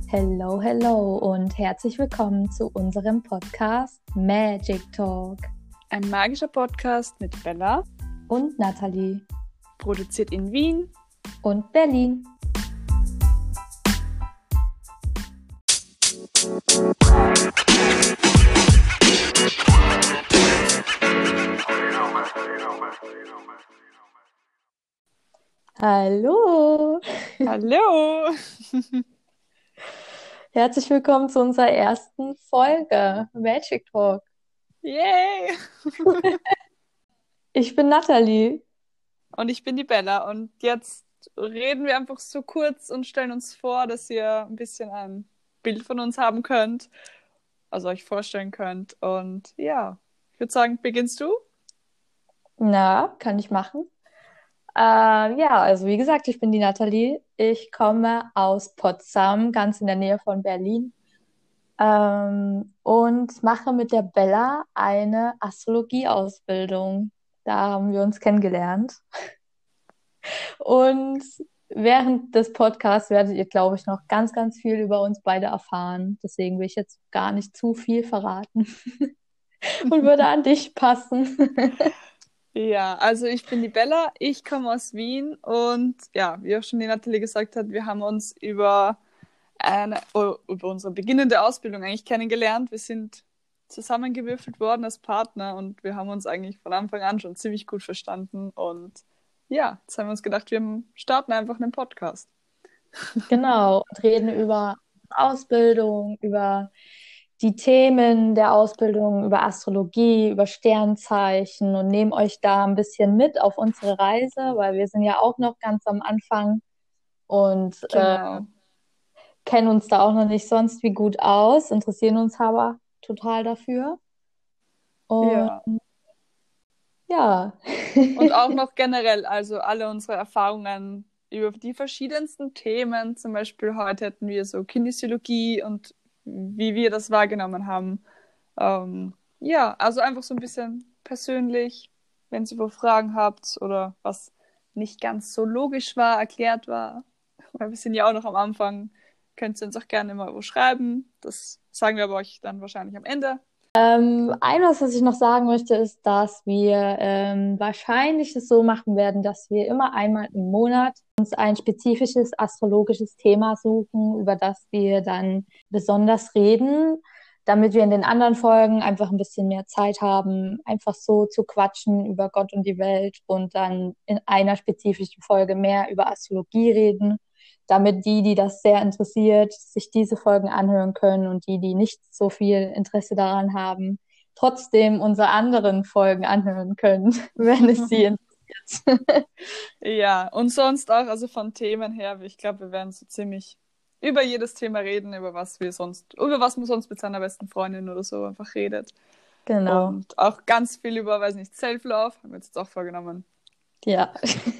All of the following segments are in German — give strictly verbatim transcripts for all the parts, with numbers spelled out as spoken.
Hello, hello und herzlich willkommen zu unserem Podcast Magic Talk. Ein magischer Podcast mit Bella und Nathalie. Produziert in Wien und Berlin. Hallo! Hallo! Herzlich willkommen zu unserer ersten Folge Magic Talk. Yay! Ich bin Nathalie. Und ich bin die Bella. Und jetzt reden wir einfach so kurz und stellen uns vor, dass ihr ein bisschen ein Bild von uns haben könnt, also euch vorstellen könnt. Und ja, ich würde sagen, beginnst du? Na, kann ich machen. Äh, ja, also wie gesagt, ich bin die Nathalie. Ich komme aus Potsdam, ganz in der Nähe von Berlin. Ähm, und mache mit der Bella eine Astrologie-Ausbildung. Da haben wir uns kennengelernt. Und während des Podcasts werdet ihr, glaube ich, noch ganz, ganz viel über uns beide erfahren. Deswegen will ich jetzt gar nicht zu viel verraten und würde an dich passen. Ja, also ich bin die Bella, ich komme aus Wien und ja, wie auch schon die Nathalie gesagt hat, wir haben uns über, eine, oh, über unsere beginnende Ausbildung eigentlich kennengelernt. Wir sind zusammengewürfelt worden als Partner und wir haben uns eigentlich von Anfang an schon ziemlich gut verstanden und ja, jetzt haben wir uns gedacht, wir starten einfach einen Podcast. Genau, und reden über Ausbildung, über die Themen der Ausbildung, über Astrologie, über Sternzeichen und nehmen euch da ein bisschen mit auf unsere Reise, weil wir sind ja auch noch ganz am Anfang und Genau. äh, kennen uns da auch noch nicht sonst wie gut aus, interessieren uns aber total dafür. Und Ja. ja. Und auch noch generell, also alle unsere Erfahrungen über die verschiedensten Themen. Zum Beispiel heute hätten wir so Kinesiologie und wie wir das wahrgenommen haben. Ähm, ja, also einfach so ein bisschen persönlich, wenn ihr wohl Fragen habt oder was nicht ganz so logisch war, erklärt war. Weil wir sind ja auch noch am Anfang. Könnt ihr uns auch gerne mal wo schreiben. Das sagen wir aber euch dann wahrscheinlich am Ende. Ähm, ein was, was ich noch sagen möchte, ist, dass wir ähm, wahrscheinlich es so machen werden, dass wir immer einmal im Monat uns ein spezifisches astrologisches Thema suchen, über das wir dann besonders reden, damit wir in den anderen Folgen einfach ein bisschen mehr Zeit haben, einfach so zu quatschen über Gott und die Welt und dann in einer spezifischen Folge mehr über Astrologie reden, damit die, die das sehr interessiert, sich diese Folgen anhören können und die, die nicht so viel Interesse daran haben, trotzdem unsere anderen Folgen anhören können, wenn es sie interessiert. Ja, und sonst auch, also von Themen her, ich glaube, wir werden so ziemlich über jedes Thema reden, über was wir sonst, über was man sonst mit seiner besten Freundin oder so einfach redet. Genau. Und auch ganz viel über, weiß nicht, Self-Love, haben wir uns jetzt auch vorgenommen. Ja.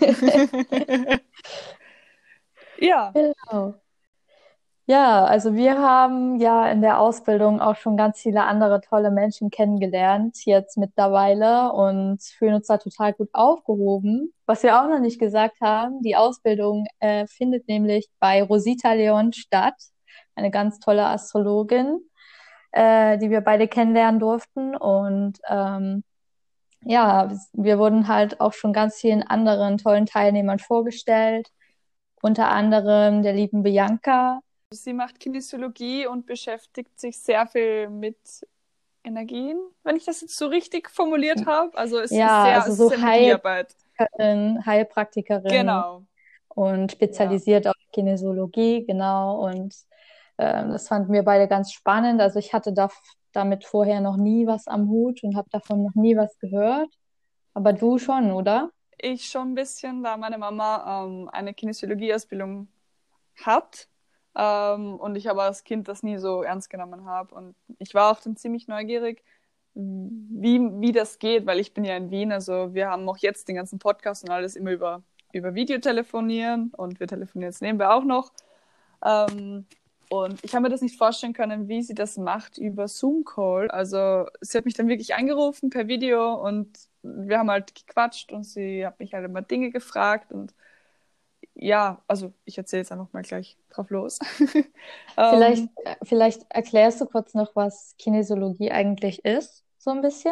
Ja. Genau. Ja, also wir haben ja in der Ausbildung auch schon ganz viele andere tolle Menschen kennengelernt, jetzt mittlerweile und fühlen uns da total gut aufgehoben. Was wir auch noch nicht gesagt haben, die Ausbildung äh, findet nämlich bei Rosita Leon statt, eine ganz tolle Astrologin, äh, die wir beide kennenlernen durften. Und ähm, ja, wir wurden halt auch schon ganz vielen anderen tollen Teilnehmern vorgestellt, unter anderem der lieben Bianca. Sie macht Kinesiologie und beschäftigt sich sehr viel mit Energien, wenn ich das jetzt so richtig formuliert habe. Also es Ja, ist sehr, also es ist so Energiearbeit. Heilpraktikerin, Heilpraktikerin Genau. und spezialisiert auf Kinesiologie, genau. Und ähm, das fanden wir beide ganz spannend. Also ich hatte da, damit vorher noch nie was am Hut und habe davon noch nie was gehört. Aber du schon, oder? Ich schon ein bisschen, da meine Mama ähm, eine Kinesiologie-Ausbildung hat ähm, und ich aber als Kind das nie so ernst genommen habe. Und ich war auch dann ziemlich neugierig, wie, wie das geht, weil ich bin ja in Wien, also wir haben auch jetzt den ganzen Podcast und alles immer über, über Videotelefonieren und wir telefonieren jetzt nebenbei auch noch. Ähm, und ich habe mir das nicht vorstellen können, wie sie das macht über Zoom-Call. Also sie hat mich dann wirklich angerufen per Video und wir haben halt gequatscht und sie hat mich halt immer Dinge gefragt und ja, also ich erzähle jetzt einfach mal gleich drauf los. Vielleicht, ähm, äh, vielleicht erklärst du kurz noch, was Kinesiologie eigentlich ist, so ein bisschen.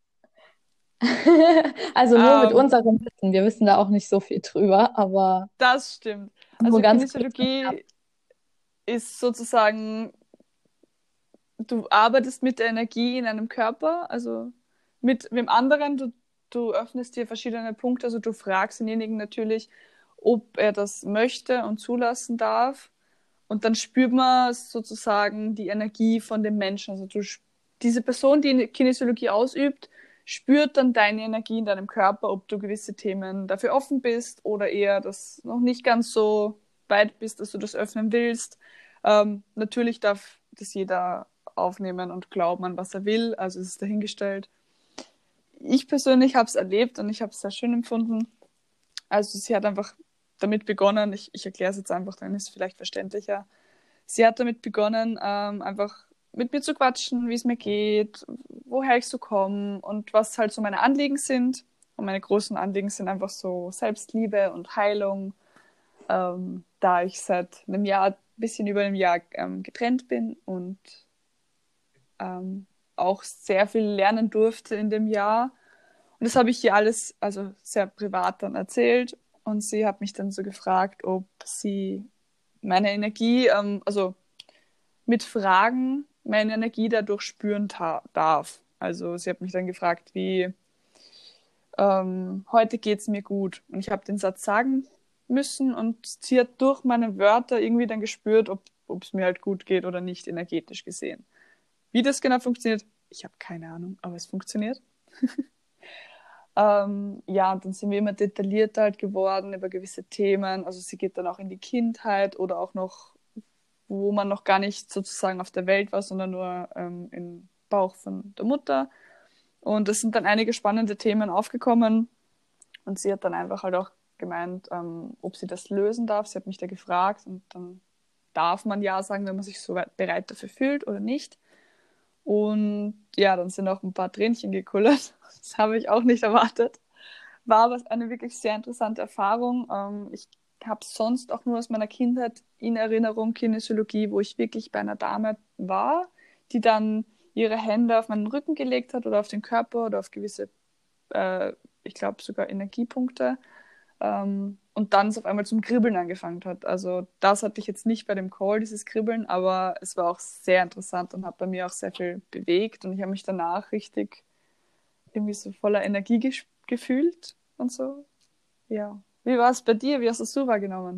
Also nur mit ähm, unserem Wissen. Wir wissen da auch nicht so viel drüber, aber Das stimmt. nur Also ganz kurz. Kinesiologie ist sozusagen, du arbeitest mit der Energie in einem Körper, also mit dem anderen, du, du öffnest dir verschiedene Punkte, also du fragst denjenigen natürlich, ob er das möchte und zulassen darf. Und dann spürt man sozusagen die Energie von dem Menschen. Also du, diese Person, die Kinesiologie ausübt, spürt dann deine Energie in deinem Körper, ob du gewisse Themen dafür offen bist oder eher das noch nicht ganz so weit bist, dass du das öffnen willst. Ähm, natürlich darf das jeder aufnehmen und glauben an was er will, also es ist dahingestellt. Ich persönlich habe es erlebt und ich habe es sehr schön empfunden. Also sie hat einfach damit begonnen, ich, ich erkläre es jetzt einfach, dann ist es vielleicht verständlicher. Sie hat damit begonnen, ähm, einfach mit mir zu quatschen, wie es mir geht, woher ich so komme und was halt so meine Anliegen sind. Und meine großen Anliegen sind einfach so Selbstliebe und Heilung, ähm, da ich seit einem Jahr, ein bisschen über einem Jahr ähm, getrennt bin und ähm, auch sehr viel lernen durfte in dem Jahr. Und das habe ich ihr alles, also sehr privat dann erzählt. Und sie hat mich dann so gefragt, ob sie meine Energie, ähm, also mit Fragen meine Energie dadurch spüren darf. Also sie hat mich dann gefragt, wie ähm, heute geht es mir gut. Und ich habe den Satz sagen müssen und sie hat durch meine Wörter irgendwie dann gespürt, ob es mir halt gut geht oder nicht, energetisch gesehen. Wie das genau funktioniert, ich habe keine Ahnung, aber es funktioniert. ähm, ja, und dann sind wir immer detaillierter halt geworden über gewisse Themen. Also sie geht dann auch in die Kindheit oder auch noch, wo man noch gar nicht sozusagen auf der Welt war, sondern nur ähm, im Bauch von der Mutter. Und es sind dann einige spannende Themen aufgekommen. Und sie hat dann einfach halt auch gemeint, ähm, ob sie das lösen darf. Sie hat mich da gefragt und dann darf man ja sagen, wenn man sich so bereit dafür fühlt oder nicht. Und ja, dann sind auch ein paar Tränchen gekullert. Das habe ich auch nicht erwartet. War aber eine wirklich sehr interessante Erfahrung. Ähm, ich habe sonst auch nur aus meiner Kindheit in Erinnerung Kinesiologie, wo ich wirklich bei einer Dame war, die dann ihre Hände auf meinen Rücken gelegt hat oder auf den Körper oder auf gewisse, äh, ich glaube sogar Energiepunkte. Ähm, und dann es auf einmal zum Kribbeln angefangen hat. Also das hatte ich jetzt nicht bei dem Call, dieses Kribbeln, aber es war auch sehr interessant und hat bei mir auch sehr viel bewegt und ich habe mich danach richtig irgendwie so voller Energie ges- gefühlt und so. Ja. Wie war es bei dir? Wie hast du es so wahrgenommen?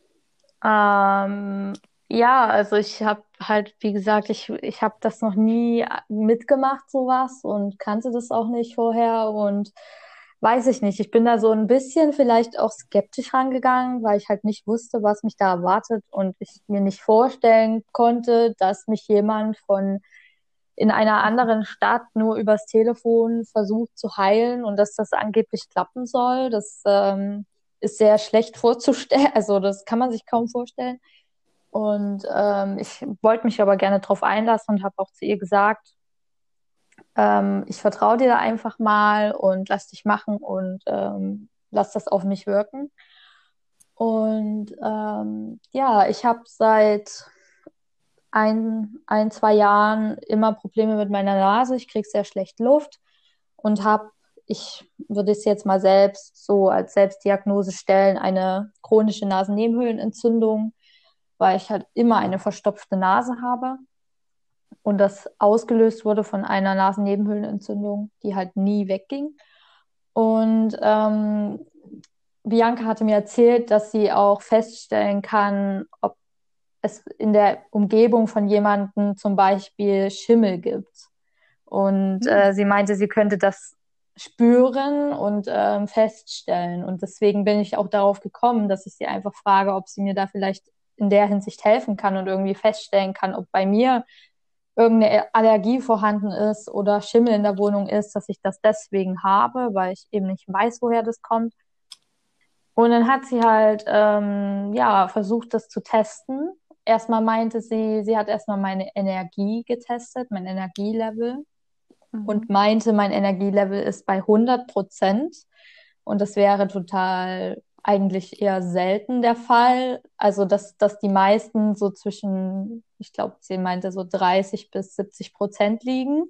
Ähm, ja, also ich habe halt, wie gesagt, ich, ich habe das noch nie mitgemacht, sowas, und kannte das auch nicht vorher und weiß ich nicht. Ich bin da so ein bisschen vielleicht auch skeptisch rangegangen, weil ich halt nicht wusste, was mich da erwartet und ich mir nicht vorstellen konnte, dass mich jemand von in einer anderen Stadt nur übers Telefon versucht zu heilen und dass das angeblich klappen soll. Das ähm, ist sehr schlecht vorzustellen. Also das kann man sich kaum vorstellen. Und ähm, ich wollte mich aber gerne darauf einlassen und habe auch zu ihr gesagt, ähm, ich vertraue dir da einfach mal und lass dich machen und ähm, lass das auf mich wirken. Und ähm, ja, ich habe seit ein, ein, zwei Jahren immer Probleme mit meiner Nase. Ich kriege sehr schlecht Luft und habe, ich würde es jetzt mal selbst so als Selbstdiagnose stellen, eine chronische Nasennebenhöhlenentzündung, weil ich halt immer eine verstopfte Nase habe und das ausgelöst wurde von einer Nasennebenhöhlenentzündung, die halt nie wegging. Und ähm, Bianca hatte mir erzählt, dass sie auch feststellen kann, ob es in der Umgebung von jemandem zum Beispiel Schimmel gibt. Und Hm. äh, sie meinte, sie könnte das spüren und ähm, feststellen. Und deswegen bin ich auch darauf gekommen, dass ich sie einfach frage, ob sie mir da vielleicht in der Hinsicht helfen kann und irgendwie feststellen kann, ob bei mir irgendeine Allergie vorhanden ist oder Schimmel in der Wohnung ist, dass ich das deswegen habe, weil ich eben nicht weiß, woher das kommt. Und dann hat sie halt ähm, ja versucht, das zu testen. Erstmal meinte sie, sie hat erstmal meine Energie getestet, mein Energielevel, und Mhm. meinte, mein Energielevel ist bei hundert Prozent und das wäre total eigentlich eher selten der Fall. Also, dass, dass die meisten so zwischen, ich glaube, sie meinte so dreißig bis siebzig Prozent liegen.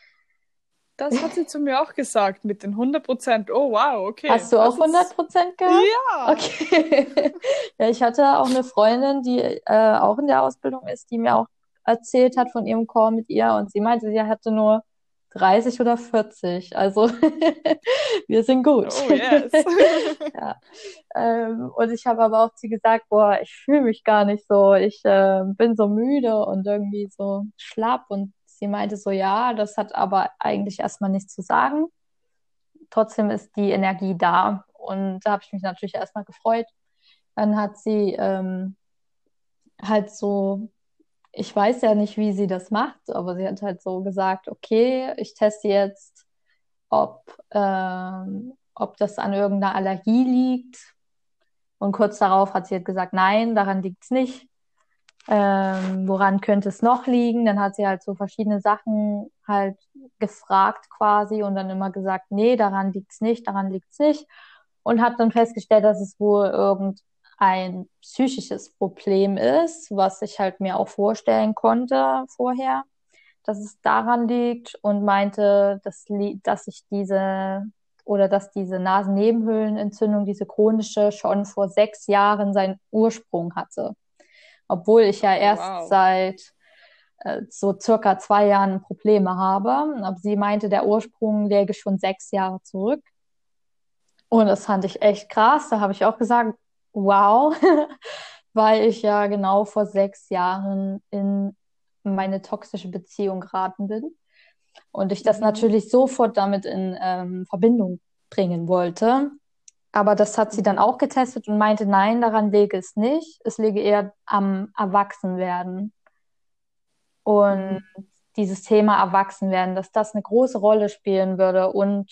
Das hat sie zu mir auch gesagt mit den hundert Prozent. Oh, wow, okay. Hast du Das auch hundert ist, Prozent gehabt? ja. Okay. Ja, ich hatte auch eine Freundin, die äh, auch in der Ausbildung ist, die mir auch erzählt hat von ihrem Call mit ihr und sie meinte, sie hatte nur dreißig oder vierzig. Also wir sind gut. Oh, yes. Ja. Ähm, und ich habe aber auch zu ihr gesagt, boah, ich fühle mich gar nicht so. Ich äh, bin so müde und irgendwie so schlapp. Und sie meinte so, ja, das hat aber eigentlich erstmal nichts zu sagen. Trotzdem ist die Energie da. Und da habe ich mich natürlich erstmal gefreut. Dann hat sie ähm, halt so, ich weiß ja nicht, wie sie das macht, aber sie hat halt so gesagt, okay, ich teste jetzt, ob, ähm, ob das an irgendeiner Allergie liegt. Und kurz darauf hat sie halt gesagt, nein, daran liegt es nicht. Ähm, woran könnte es noch liegen? Dann hat sie halt so verschiedene Sachen halt gefragt quasi und dann immer gesagt, nee, daran liegt es nicht, daran liegt es nicht. Und hat dann festgestellt, dass es wohl irgendein psychisches Problem ist, was ich halt mir auch vorstellen konnte vorher, dass es daran liegt und meinte, dass, dass ich diese oder dass diese Nasennebenhöhlenentzündung, diese chronische, schon vor sechs Jahren seinen Ursprung hatte. Obwohl ich ja Oh, erst wow. seit äh, so circa zwei Jahren Probleme habe. Aber sie meinte, der Ursprung läge schon sechs Jahre zurück. Und das fand ich echt krass. Da habe ich auch gesagt, wow, weil ich ja genau vor sechs Jahren in meine toxische Beziehung geraten bin. Und ich das Mhm. natürlich sofort damit in ähm, Verbindung bringen wollte. Aber das hat sie dann Mhm. auch getestet und meinte, nein, daran läge es nicht. Es läge eher am Erwachsenwerden. Und Mhm. dieses Thema Erwachsenwerden, dass das eine große Rolle spielen würde. Und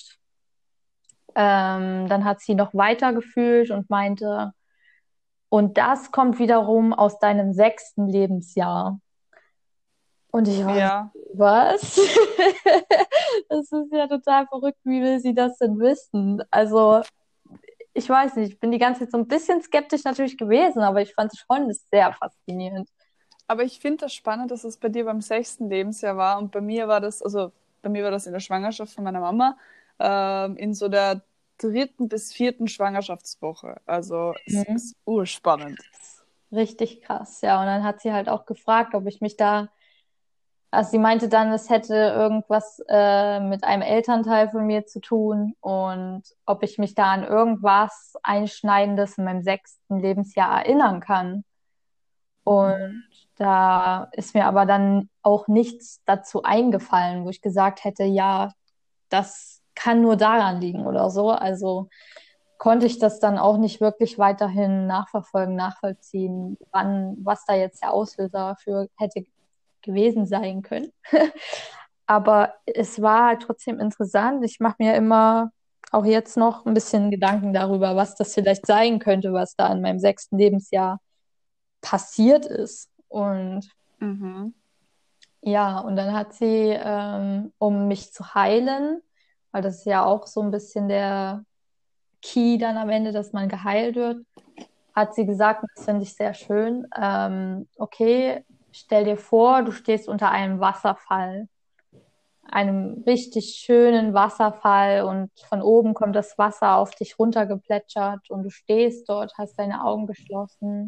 ähm, dann hat sie noch weiter gefühlt und meinte, und das kommt wiederum aus deinem sechsten Lebensjahr. Und ich war so, Ja, was? Das ist ja total verrückt. Wie will sie das denn wissen? Also, ich weiß nicht, ich bin die ganze Zeit so ein bisschen skeptisch natürlich gewesen, aber ich fand es schon sehr faszinierend. aber ich finde das spannend, dass es bei dir beim sechsten Lebensjahr war und bei mir war das, also bei mir war das in der Schwangerschaft von meiner Mama, ähm, in so der dritten bis vierten Schwangerschaftswoche. Also es Mhm. ist urspannend. Richtig krass, ja. Und dann hat sie halt auch gefragt, ob ich mich da, also sie meinte dann, es hätte irgendwas äh, mit einem Elternteil von mir zu tun und ob ich mich da an irgendwas Einschneidendes in meinem sechsten Lebensjahr erinnern kann. Und Mhm. da ist mir aber dann auch nichts dazu eingefallen, wo ich gesagt hätte, ja, das kann nur daran liegen oder so. Also konnte ich das dann auch nicht wirklich weiterhin nachverfolgen, nachvollziehen, wann, was da jetzt der Auslöser für hätte gewesen sein können. Aber es war halt trotzdem interessant. Ich mache mir immer auch jetzt noch ein bisschen Gedanken darüber, was das vielleicht sein könnte, was da in meinem sechsten Lebensjahr passiert ist. Und Mhm. ja, und dann hat sie, ähm, um mich zu heilen, weil das ist ja auch so ein bisschen der Key dann am Ende, dass man geheilt wird, hat sie gesagt, und das finde ich sehr schön, ähm, okay, stell dir vor, du stehst unter einem Wasserfall, einem richtig schönen Wasserfall und von oben kommt das Wasser auf dich runtergeplätschert und du stehst dort, hast deine Augen geschlossen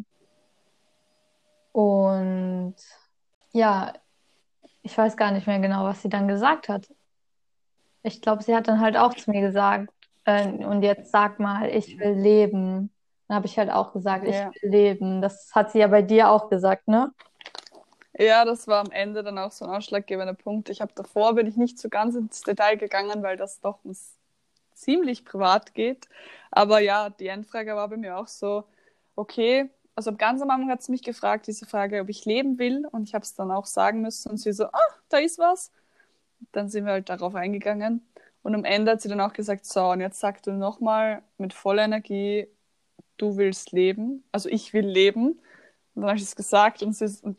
und ja, ich weiß gar nicht mehr genau, was sie dann gesagt hat. Ich glaube, sie hat dann halt auch zu mir gesagt, äh, und jetzt sag mal, ich will leben. Dann habe ich halt auch gesagt, ich Ja. will leben. Das hat sie ja bei dir auch gesagt, ne? Ja, das war am Ende dann auch so ein ausschlaggebender Punkt. Ich habe davor, bin ich nicht so ganz ins Detail gegangen, weil das doch ums ziemlich privat geht. Aber ja, die Endfrage war bei mir auch so, okay, also ganz am Anfang hat sie mich gefragt, diese Frage, ob ich leben will. Und ich habe es dann auch sagen müssen. Und sie so, ah, da ist was. Dann sind wir halt darauf eingegangen. Und am Ende hat sie dann auch gesagt, so, und jetzt sag du nochmal mit voller Energie, du willst leben. Also ich will leben. Und dann habe ich es gesagt und sie, und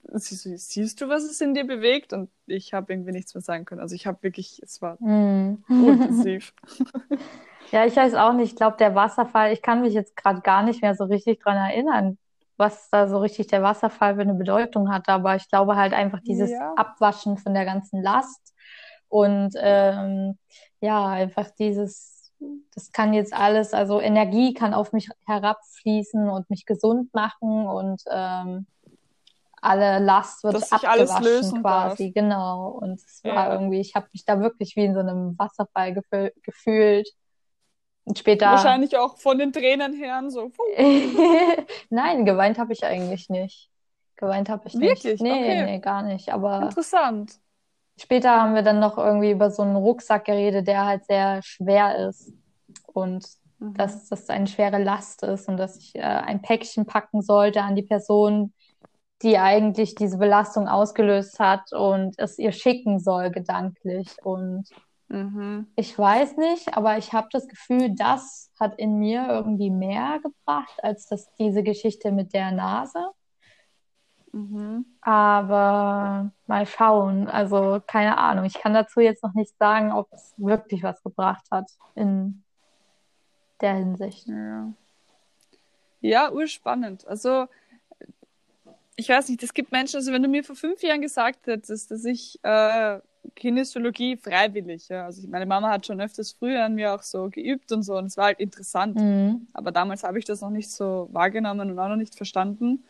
sie so, siehst du, was es in dir bewegt? Und ich habe irgendwie nichts mehr sagen können. Also ich habe wirklich, es war Mm. urintensiv. Ja, ich weiß auch nicht. Ich glaube, der Wasserfall, ich kann mich jetzt gerade gar nicht mehr so richtig dran erinnern, was da so richtig der Wasserfall für eine Bedeutung hat. Aber ich glaube halt einfach dieses Ja, Abwaschen von der ganzen Last und ähm, ja, einfach dieses, das kann jetzt alles, also Energie kann auf mich herabfließen und mich gesund machen und ähm, alle Last dass wird sich alles abgewaschen lösen darf. quasi, genau. Und es war Ja. irgendwie, ich habe mich da wirklich wie in so einem Wasserfall gefü gefühlt. Und später, Wahrscheinlich auch von den Tränen her so. Puh. nein, geweint habe ich eigentlich nicht. Geweint habe ich nicht. Wirklich, Nee, okay. nee, gar nicht. Aber Interessant. später haben wir dann noch irgendwie über so einen Rucksack geredet, der halt sehr schwer ist. Und Mhm. dass das eine schwere Last ist und dass ich äh, ein Päckchen packen sollte an die Person, die eigentlich diese Belastung ausgelöst hat und es ihr schicken soll, gedanklich. Und Mhm. ich weiß nicht, aber ich habe das Gefühl, das hat in mir irgendwie mehr gebracht als das, diese Geschichte mit der Nase. Mhm. Aber mal schauen. Also keine Ahnung. Ich kann dazu jetzt noch nicht sagen, ob es wirklich was gebracht hat in der Hinsicht. Ja. Ja, urspannend. Also, ich weiß nicht, es gibt Menschen, also wenn du mir vor fünf Jahren gesagt hättest, dass ich äh, Kinesiologie freiwillig, ja, also meine Mama hat schon öfters früher an mir auch so geübt und so und es war halt interessant. Mhm. Aber damals habe ich das noch nicht so wahrgenommen und auch noch nicht verstanden.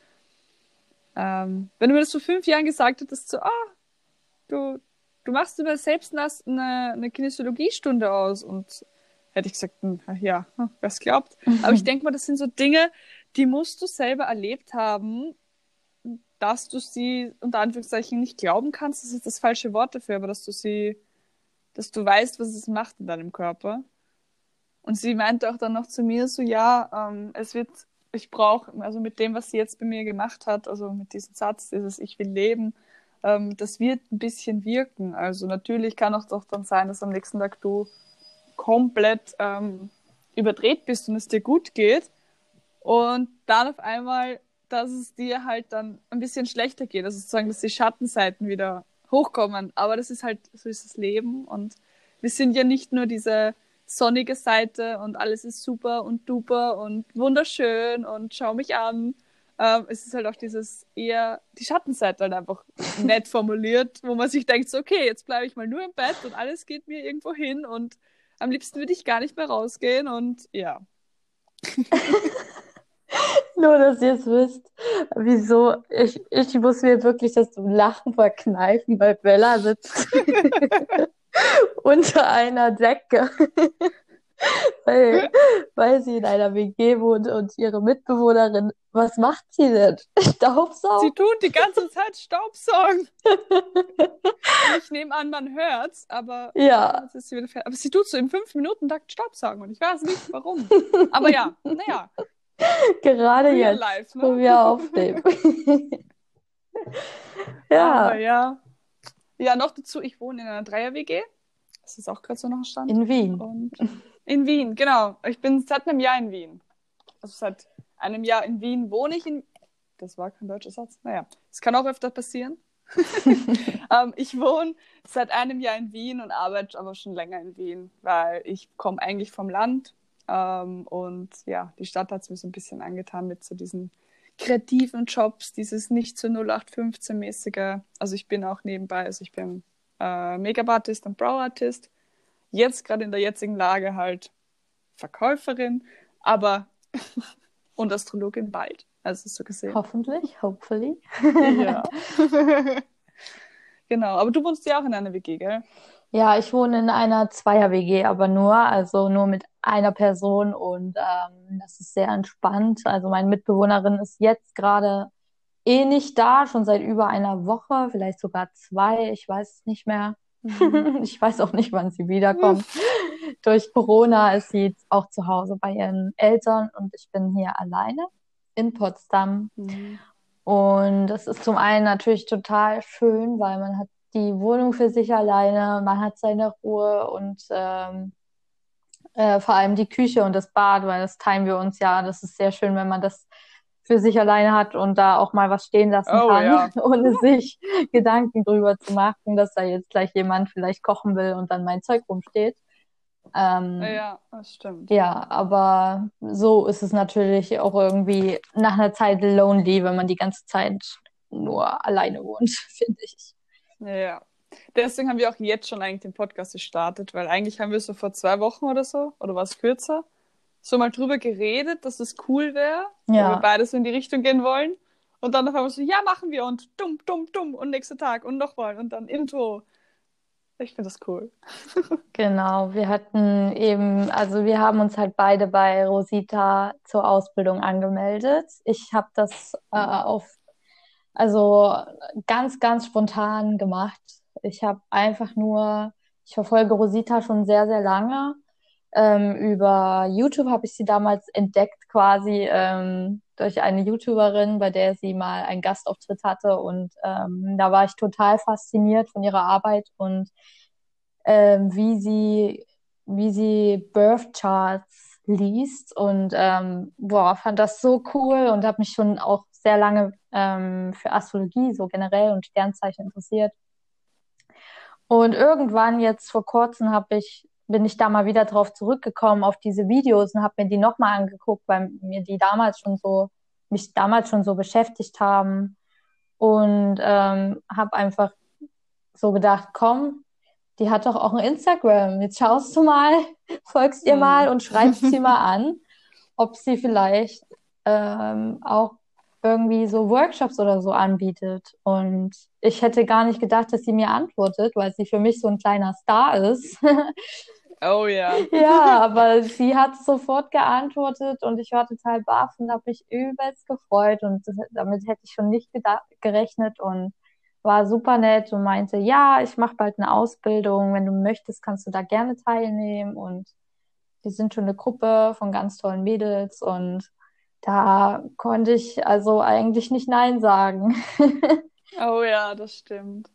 Ähm, wenn du mir das vor fünf Jahren gesagt hättest, so, ah, du, du machst über selbst eine, eine Kinesiologiestunde aus und hätte ich gesagt, hm, ja, hm, wer es glaubt. Aber ich denke mal, das sind so Dinge, die musst du selber erlebt haben, dass du sie unter Anführungszeichen nicht glauben kannst, das ist das falsche Wort dafür, aber dass du sie, dass du weißt, was es macht in deinem Körper. Und sie meinte auch dann noch zu mir so, ja, ähm, es wird, ich brauche, also mit dem, was sie jetzt bei mir gemacht hat, also mit diesem Satz, dieses Ich will leben, ähm, das wird ein bisschen wirken. Also natürlich kann auch doch dann sein, dass am nächsten Tag du komplett ähm, überdreht bist und es dir gut geht. Und dann auf einmal, dass es dir halt dann ein bisschen schlechter geht. Also sozusagen, dass die Schattenseiten wieder hochkommen. Aber das ist halt, so ist das Leben. Und wir sind ja nicht nur diese sonnige Seite und alles ist super und duper und wunderschön und schau mich an. Ähm, es ist halt auch dieses eher die Schattenseite halt einfach nett formuliert, wo man sich denkt, so, okay, jetzt bleibe ich mal nur im Bett und alles geht mir irgendwo hin und am liebsten würde ich gar nicht mehr rausgehen und ja. Nur, dass ihr es wisst, wieso ich, ich muss mir wirklich das Lachen verkneifen, weil Bella sitzt unter einer Decke, weil, weil sie in einer W G wohnt und ihre Mitbewohnerin, was macht sie denn? Sie Staubsaugt? tun die ganze Zeit Staubsaugen. Und ich nehme an, man hört's, aber ja, Ja, jetzt ist sie wieder fertig. Aber sie tut so im fünf Minuten Takt Staubsaugen und ich weiß nicht warum. Aber ja, naja, gerade real jetzt, life, ne? wo wir aufnehmen. Aber Ja, ja. Ja, noch dazu, ich wohne in einer Dreier-W G. Das ist auch gerade so noch ein Stand. in Wien. Und in Wien, genau. Ich bin seit einem Jahr in Wien. Also seit einem Jahr in Wien wohne ich in. Das war kein deutscher Satz. Naja, es kann auch öfter passieren. ähm, ich wohne seit einem Jahr in Wien und arbeite aber schon länger in Wien, weil ich komme eigentlich vom Land ähm, und ja, die Stadt hat es mir so ein bisschen angetan mit so diesen kreativen Jobs, dieses nicht so null acht fünfzehn-mäßige. Also ich bin auch nebenbei, also ich bin äh, Make-up-Artist und Brow-Artist. Jetzt gerade in der jetzigen Lage halt Verkäuferin, aber und Astrologin bald. Also so gesehen. Hoffentlich, hopefully. Ja. Genau, aber du wohnst ja auch in einer W G, gell? Ja, ich wohne in einer Zweier-W G, aber nur, also nur mit einer Person und ähm, das ist sehr entspannt. Also meine Mitbewohnerin ist jetzt gerade eh nicht da, schon seit über einer Woche, vielleicht sogar zwei, ich weiß es nicht mehr. Mhm. Ich weiß auch nicht, wann sie wiederkommt. Durch Corona ist sie jetzt auch zu Hause bei ihren Eltern und ich bin hier alleine in Potsdam. Mhm. Und das ist zum einen natürlich total schön, weil man hat die Wohnung für sich alleine, man hat seine Ruhe und ähm, äh, vor allem die Küche und das Bad, weil das teilen wir uns ja. Das ist sehr schön, wenn man das für sich alleine hat und da auch mal was stehen lassen Oh kann, ja. ohne sich Gedanken drüber zu machen, dass da jetzt gleich jemand vielleicht kochen will und dann mein Zeug rumsteht. Ähm, Ja, das stimmt. ja, aber so ist es natürlich auch irgendwie nach einer Zeit lonely, wenn man die ganze Zeit nur alleine wohnt, finde ich. Ja. Deswegen haben wir auch jetzt schon eigentlich den Podcast gestartet, weil eigentlich haben wir so vor zwei Wochen oder so, oder war es kürzer, so mal drüber geredet, dass es cool wäre, weil wir Ja, beide so in die Richtung gehen wollen. Und dann auf einmal so, ja, machen wir und dumm, dumm, dumm und nächster Tag und nochmal und dann Intro. Ich finde das cool. genau. Wir hatten eben, also wir haben uns halt beide bei Rosita zur Ausbildung angemeldet. Ich habe das äh, auf, also ganz, ganz spontan gemacht. Ich habe einfach nur, ich verfolge Rosita schon sehr, sehr lange. Ähm, über YouTube habe ich sie damals entdeckt, quasi ähm, durch eine YouTuberin, bei der sie mal einen Gastauftritt hatte. Und ähm, da war ich total fasziniert von ihrer Arbeit und ähm, wie sie, wie sie Birth Charts liest. Und ähm, boah, fand das so cool und habe mich schon auch sehr lange ähm, für Astrologie so generell und Sternzeichen interessiert. Und irgendwann jetzt vor kurzem habe ich, bin ich da mal wieder drauf zurückgekommen auf diese Videos und habe mir die nochmal angeguckt, weil mir die damals schon so, mich damals schon so beschäftigt haben. Und ähm, habe einfach so gedacht, komm, die hat doch auch ein Instagram. Jetzt schaust du mal, folgst ihr mal Hm. und schreibst sie mal an, ob sie vielleicht ähm, auch irgendwie so Workshops oder so anbietet. Und ich hätte gar nicht gedacht, dass sie mir antwortet, weil sie für mich so ein kleiner Star ist. Oh ja. Ja, aber sie hat sofort geantwortet und ich war total baff und habe mich übelst gefreut und das, damit hätte ich schon nicht geda- gerechnet und war super nett und meinte, ja, ich mache bald eine Ausbildung, wenn du möchtest, kannst du da gerne teilnehmen und wir sind schon eine Gruppe von ganz tollen Mädels und da konnte ich also eigentlich nicht Nein sagen. Oh ja, das stimmt.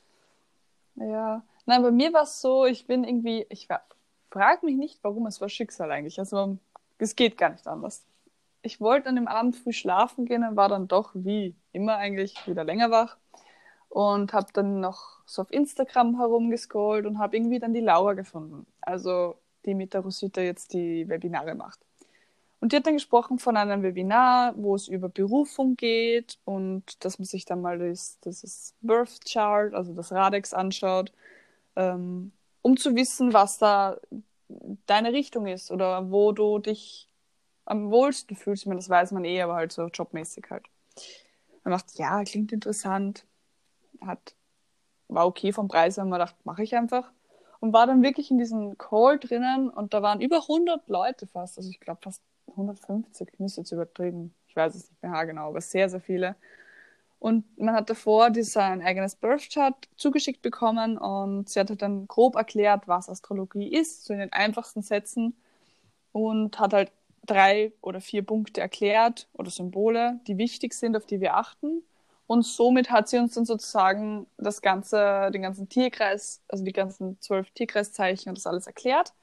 Ja. Nein, bei mir war es so, ich bin irgendwie, ich war, frag mich nicht, warum, es war Schicksal eigentlich. Also es geht gar nicht anders. Ich wollte an dem Abend früh schlafen gehen und war dann doch wie immer eigentlich wieder länger wach und habe dann noch so auf Instagram herumgescrollt und habe irgendwie dann die Laura gefunden, also die mit der Rosita jetzt die Webinare macht. Und die hat dann gesprochen von einem Webinar, wo es über Berufung geht und dass man sich dann mal das, das Birth Chart, also das Radex anschaut, ähm, um zu wissen, was da deine Richtung ist oder wo du dich am wohlsten fühlst. Ich meine, das weiß man eh, aber halt so jobmäßig halt. Man macht, ja, klingt interessant, hat, war okay vom Preis, haben wir gedacht, mache ich einfach. Und war dann wirklich in diesem Call drinnen und da waren über hundert Leute fast, also ich glaube fast hundertfünfzig, ich müsste jetzt übertrieben, ich weiß es nicht mehr genau, aber sehr, sehr viele. Und man hat davor sein eigenes Birth Chart zugeschickt bekommen und sie hat halt dann grob erklärt, was Astrologie ist, so in den einfachsten Sätzen und hat halt drei oder vier Punkte erklärt oder Symbole, die wichtig sind, auf die wir achten. Und somit hat sie uns dann sozusagen das ganze, den ganzen Tierkreis, also die ganzen zwölf Tierkreiszeichen und das alles erklärt.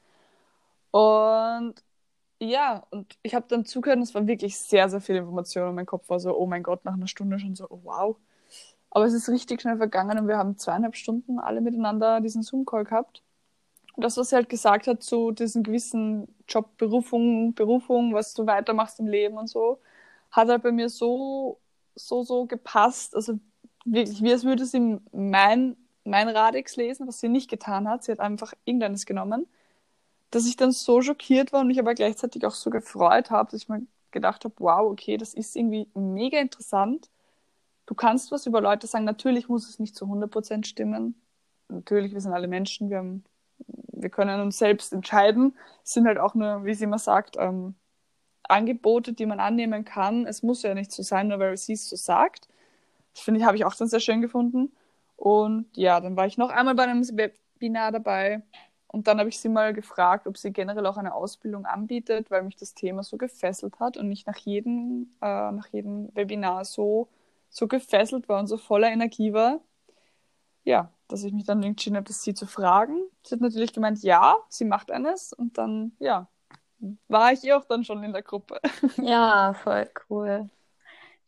Und ja, und ich habe dann zugehört und es war wirklich sehr, sehr viel Information und mein Kopf war so, oh mein Gott, nach einer Stunde schon so, oh wow. Aber es ist richtig schnell vergangen und wir haben zweieinhalb Stunden alle miteinander diesen Zoom-Call gehabt. Und das, was sie halt gesagt hat zu diesem gewissen Job, Berufung, Berufung, was du weitermachst im Leben und so, hat halt bei mir so, so, so gepasst. Also wirklich, wie als würde sie mein, mein Radix lesen, was sie nicht getan hat. Sie hat einfach irgendeines genommen, dass ich dann so schockiert war und mich aber gleichzeitig auch so gefreut habe, dass ich mir gedacht habe, wow, okay, das ist irgendwie mega interessant. Du kannst was über Leute sagen, natürlich muss es nicht zu hundert Prozent stimmen. Natürlich, wir sind alle Menschen, wir haben wir können uns selbst entscheiden. Es sind halt auch nur, wie sie immer sagt, ähm, Angebote, die man annehmen kann. Es muss ja nicht so sein, nur weil sie es so sagt. Das finde ich, habe ich auch dann sehr schön gefunden. Und ja, dann war ich noch einmal bei einem Webinar dabei. Und dann habe ich sie mal gefragt, ob sie generell auch eine Ausbildung anbietet, weil mich das Thema so gefesselt hat und ich nach jedem, äh, nach jedem Webinar so, so gefesselt war und so voller Energie war. Ja, dass ich mich dann entschieden habe, das sie zu fragen. Sie hat natürlich gemeint, ja, sie macht eines. Und dann, ja, war ich ihr auch dann schon in der Gruppe. Ja, voll cool.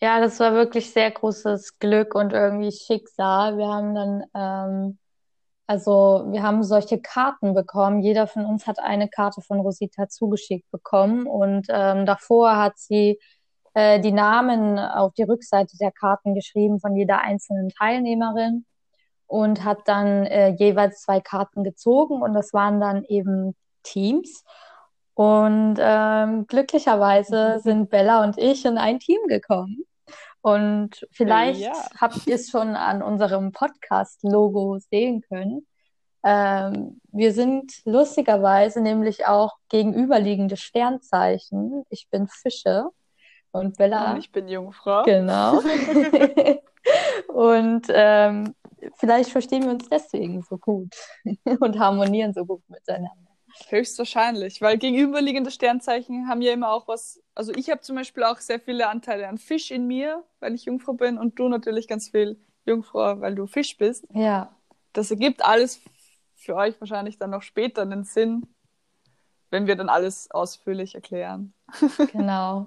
Ja, das war wirklich sehr großes Glück und irgendwie Schicksal. Wir haben dann, ähm, also wir haben solche Karten bekommen. Jeder von uns hat eine Karte von Rosita zugeschickt bekommen und ähm, davor hat sie äh, die Namen auf die Rückseite der Karten geschrieben von jeder einzelnen Teilnehmerin und hat dann äh, jeweils zwei Karten gezogen und das waren dann eben Teams. Und ähm, glücklicherweise sind Bella und ich in ein Team gekommen. Und Ja, vielleicht habt ihr es schon an unserem Podcast-Logo sehen können. Ähm, wir sind lustigerweise nämlich auch gegenüberliegende Sternzeichen. Ich bin Fische und und Bella, ich bin Jungfrau. genau. Und ähm, vielleicht verstehen wir uns deswegen so gut und harmonieren so gut miteinander. Höchstwahrscheinlich, weil gegenüberliegende Sternzeichen haben ja immer auch was. Also ich habe zum Beispiel auch sehr viele Anteile an Fisch in mir, weil ich Jungfrau bin, und du natürlich ganz viel Jungfrau, weil du Fisch bist. Ja, Das ergibt alles für euch wahrscheinlich dann noch später einen Sinn, wenn wir dann alles ausführlich erklären. genau.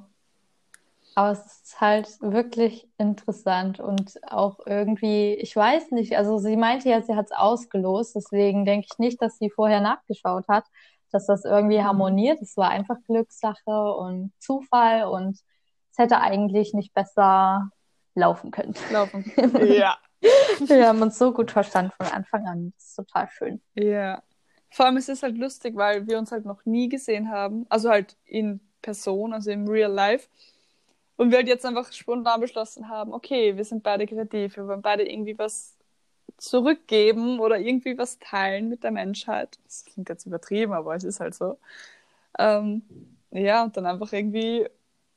Aber es ist halt wirklich interessant und auch irgendwie, ich weiß nicht, also sie meinte ja, sie hat es ausgelost, deswegen denke ich nicht, dass sie vorher nachgeschaut hat, dass das irgendwie Mhm. harmoniert. Es war einfach Glückssache und Zufall und es hätte eigentlich nicht besser laufen können. Laufen. Ja. Wir haben uns so gut verstanden von Anfang an. Das ist total schön. Ja. Vor allem ist es halt lustig, weil wir uns halt noch nie gesehen haben. Also halt in Person, also im Real Life. Und wir halt jetzt einfach spontan beschlossen haben, okay, wir sind beide kreativ, wir wollen beide irgendwie was zurückgeben oder irgendwie was teilen mit der Menschheit. Das klingt jetzt übertrieben, aber es ist halt so. Ähm, ja, und dann einfach irgendwie,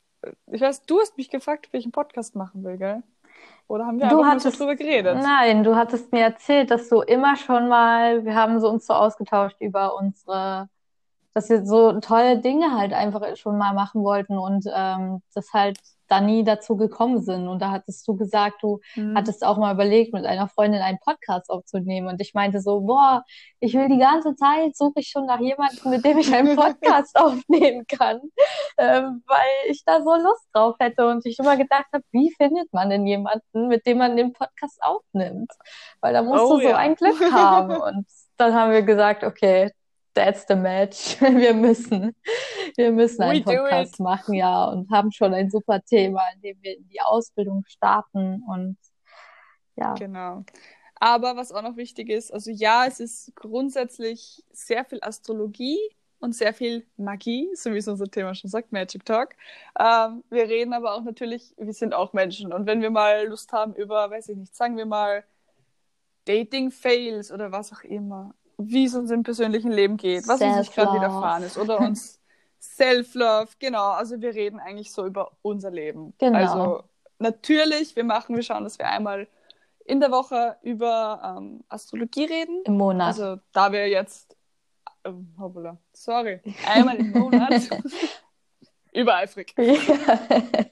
ich weiß, du hast mich gefragt, ob ich einen Podcast machen will, gell? Oder haben wir Du einfach mal so hattest, drüber geredet? nein, du hattest mir erzählt, dass du immer schon mal, wir haben so uns so ausgetauscht über unsere, dass wir so tolle Dinge halt einfach schon mal machen wollten und ähm, das halt da nie dazu gekommen sind. Und da hattest du gesagt, du Hm. hattest auch mal überlegt, mit einer Freundin einen Podcast aufzunehmen. Und ich meinte so, boah, ich will die ganze Zeit, suche ich schon nach jemandem, mit dem ich einen Podcast aufnehmen kann, ähm, weil ich da so Lust drauf hätte. Und ich immer gedacht habe, wie findet man denn jemanden, mit dem man den Podcast aufnimmt? Weil da musst du Oh so ein ja. Glück haben. Und dann haben wir gesagt, okay, that's the match. Wir müssen, wir müssen We einen do Podcast it. machen, ja, und haben schon ein super Thema, in dem wir in die Ausbildung starten und ja, Genau. Aber was auch noch wichtig ist, also ja, es ist grundsätzlich sehr viel Astrologie und sehr viel Magie, so wie es unser Thema schon sagt, Magic Talk. Ähm, wir reden aber auch natürlich, wir sind auch Menschen. Und wenn wir mal Lust haben über, weiß ich nicht, sagen wir mal Dating-Fails oder was auch immer, wie es uns im persönlichen Leben geht, was uns nicht gerade Self-Love. widerfahren ist oder uns Self-Love, genau, also wir reden eigentlich so über unser Leben. Also Genau, natürlich, wir machen, wir schauen, dass wir einmal in der Woche über ähm, Astrologie reden. im Monat. Also da wir jetzt, ähm, hoppala, sorry, einmal im Monat, übereifrig, Ja.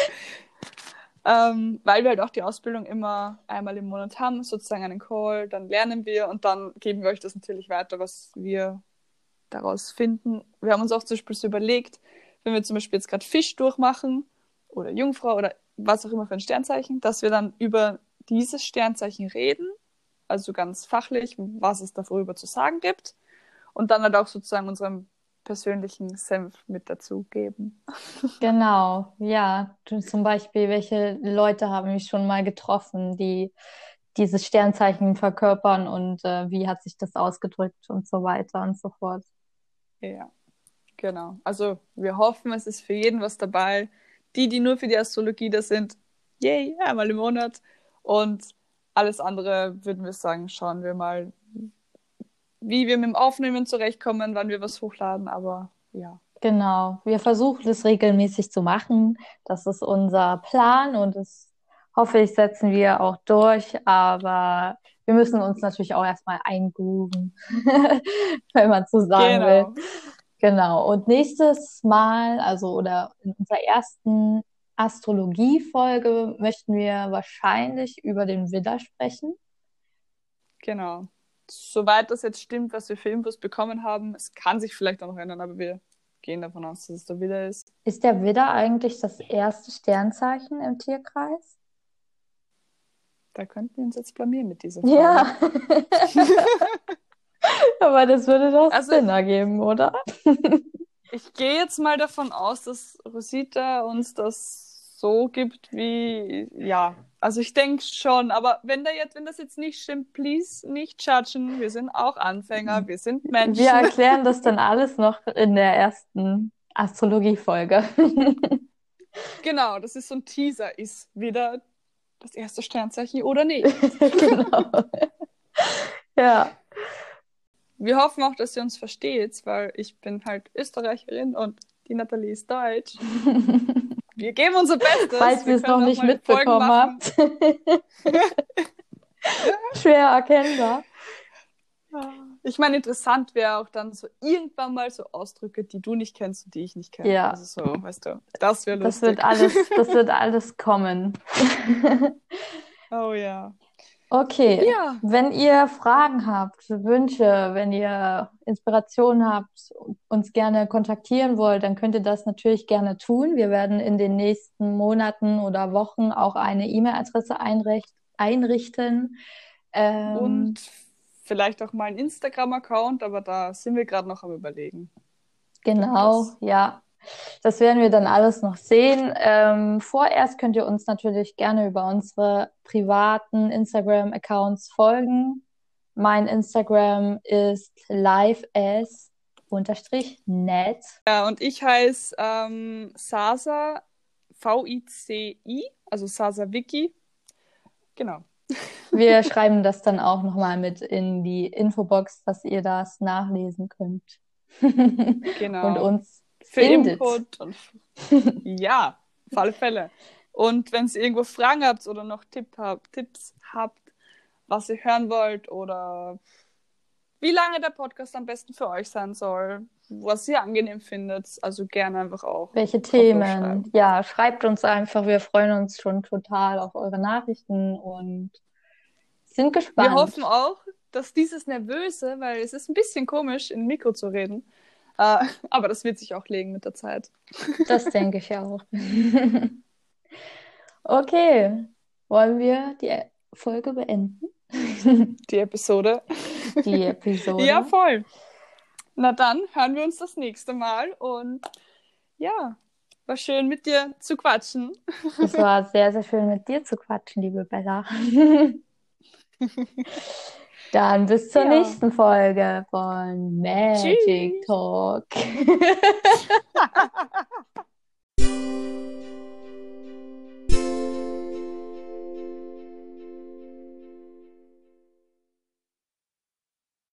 ähm, weil wir halt auch die Ausbildung immer einmal im Monat haben, sozusagen einen Call, dann lernen wir und dann geben wir euch das natürlich weiter, was wir daraus finden. Wir haben uns auch zum Beispiel so überlegt, wenn wir zum Beispiel jetzt gerade Fisch durchmachen oder Jungfrau oder was auch immer für ein Sternzeichen, dass wir dann über dieses Sternzeichen reden, also ganz fachlich, was es darüber zu sagen gibt und dann halt auch sozusagen unseren persönlichen Senf mit dazugeben. Genau, ja. Du, zum Beispiel, welche Leute haben mich schon mal getroffen, die dieses Sternzeichen verkörpern und äh, wie hat sich das ausgedrückt und so weiter und so fort. Ja, genau. Also wir hoffen, es ist für jeden was dabei. Die, die nur für die Astrologie da sind, yay, einmal im Monat. Und alles andere würden wir sagen, schauen wir mal, wie wir mit dem Aufnehmen zurechtkommen, wann wir was hochladen. Aber ja, Genau, wir versuchen es regelmäßig zu machen. Das ist unser Plan und das hoffe ich, setzen wir auch durch. Aber wir müssen uns natürlich auch erstmal eingrooven, wenn man so sagen will. genau. Genau. Und nächstes Mal, also oder in unserer ersten Astrologie-Folge möchten wir wahrscheinlich über den Widder sprechen. Genau. Soweit das jetzt stimmt, was wir für Infos bekommen haben, es kann sich vielleicht auch noch ändern, aber wir gehen davon aus, dass es der Widder ist. Ist der Widder eigentlich das erste Sternzeichen im Tierkreis? Da könnten wir uns jetzt blamieren mit dieser Frage. Ja. Aber das würde doch Also- Sinn ergeben, oder? Ich gehe jetzt mal davon aus, dass Rosita uns das so gibt wie, ja, also ich denke schon, aber wenn, da jetzt, wenn das jetzt nicht stimmt, please nicht judgen, wir sind auch Anfänger, wir sind Menschen. Wir erklären das dann alles noch in der ersten Astrologie-Folge. Genau, das ist so ein Teaser, ist wieder das erste Sternzeichen oder nicht. Genau. Ja. Wir hoffen auch, dass ihr uns versteht, weil ich bin halt Österreicherin und die Nathalie ist Deutsch. Wir geben unser Bestes. Falls ihr es können noch auch nicht mal Folgen mitbekommen machen. habt. Schwer erkennbar. Ich meine, interessant wäre auch dann so irgendwann mal so Ausdrücke, die du nicht kennst und die ich nicht kenne. Ja. Also so, weißt du, das wäre Das lustig. wird alles, das wird alles kommen. Oh ja. Okay, Ja. wenn ihr Fragen habt, Wünsche, wenn ihr Inspirationen habt, uns gerne kontaktieren wollt, dann könnt ihr das natürlich gerne tun. Wir werden in den nächsten Monaten oder Wochen auch eine E-Mail-Adresse einricht einrichten. Ähm, Und vielleicht auch mal einen Instagram-Account, aber da sind wir gerade noch am Überlegen. Genau, Das- ja. Das werden wir dann alles noch sehen. Ähm, vorerst könnt ihr uns natürlich gerne über unsere privaten Instagram-Accounts folgen. Mein Instagram ist liveas-net. Ja, und ich heiße ähm, Sasa, V I C I, also Sasa Vicky. Genau. Wir schreiben das dann auch nochmal mit in die Infobox, dass ihr das nachlesen könnt. Genau. Und uns Für findet. Input und ja, auf alle Fälle. Und wenn ihr irgendwo Fragen habt oder noch Tipp habt, Tipps habt, was ihr hören wollt oder wie lange der Podcast am besten für euch sein soll, was ihr angenehm findet, also gerne einfach auch. Welche drauf Themen? losschreiben. Ja, schreibt uns einfach. Wir freuen uns schon total auf eure Nachrichten und sind gespannt. Wir hoffen auch, dass dieses Nervöse, weil es ist ein bisschen komisch, in ein Mikro zu reden, äh, aber das wird sich auch legen mit der Zeit. Das denke ich auch. Okay, wollen wir die Folge beenden? Die Episode. Die Episode. Ja, voll. Na dann hören wir uns das nächste Mal und ja, war schön mit dir zu quatschen. Es war sehr, sehr schön mit dir zu quatschen, liebe Bella. Dann bis zur Ja. nächsten Folge von Magic Tschüss. Talk.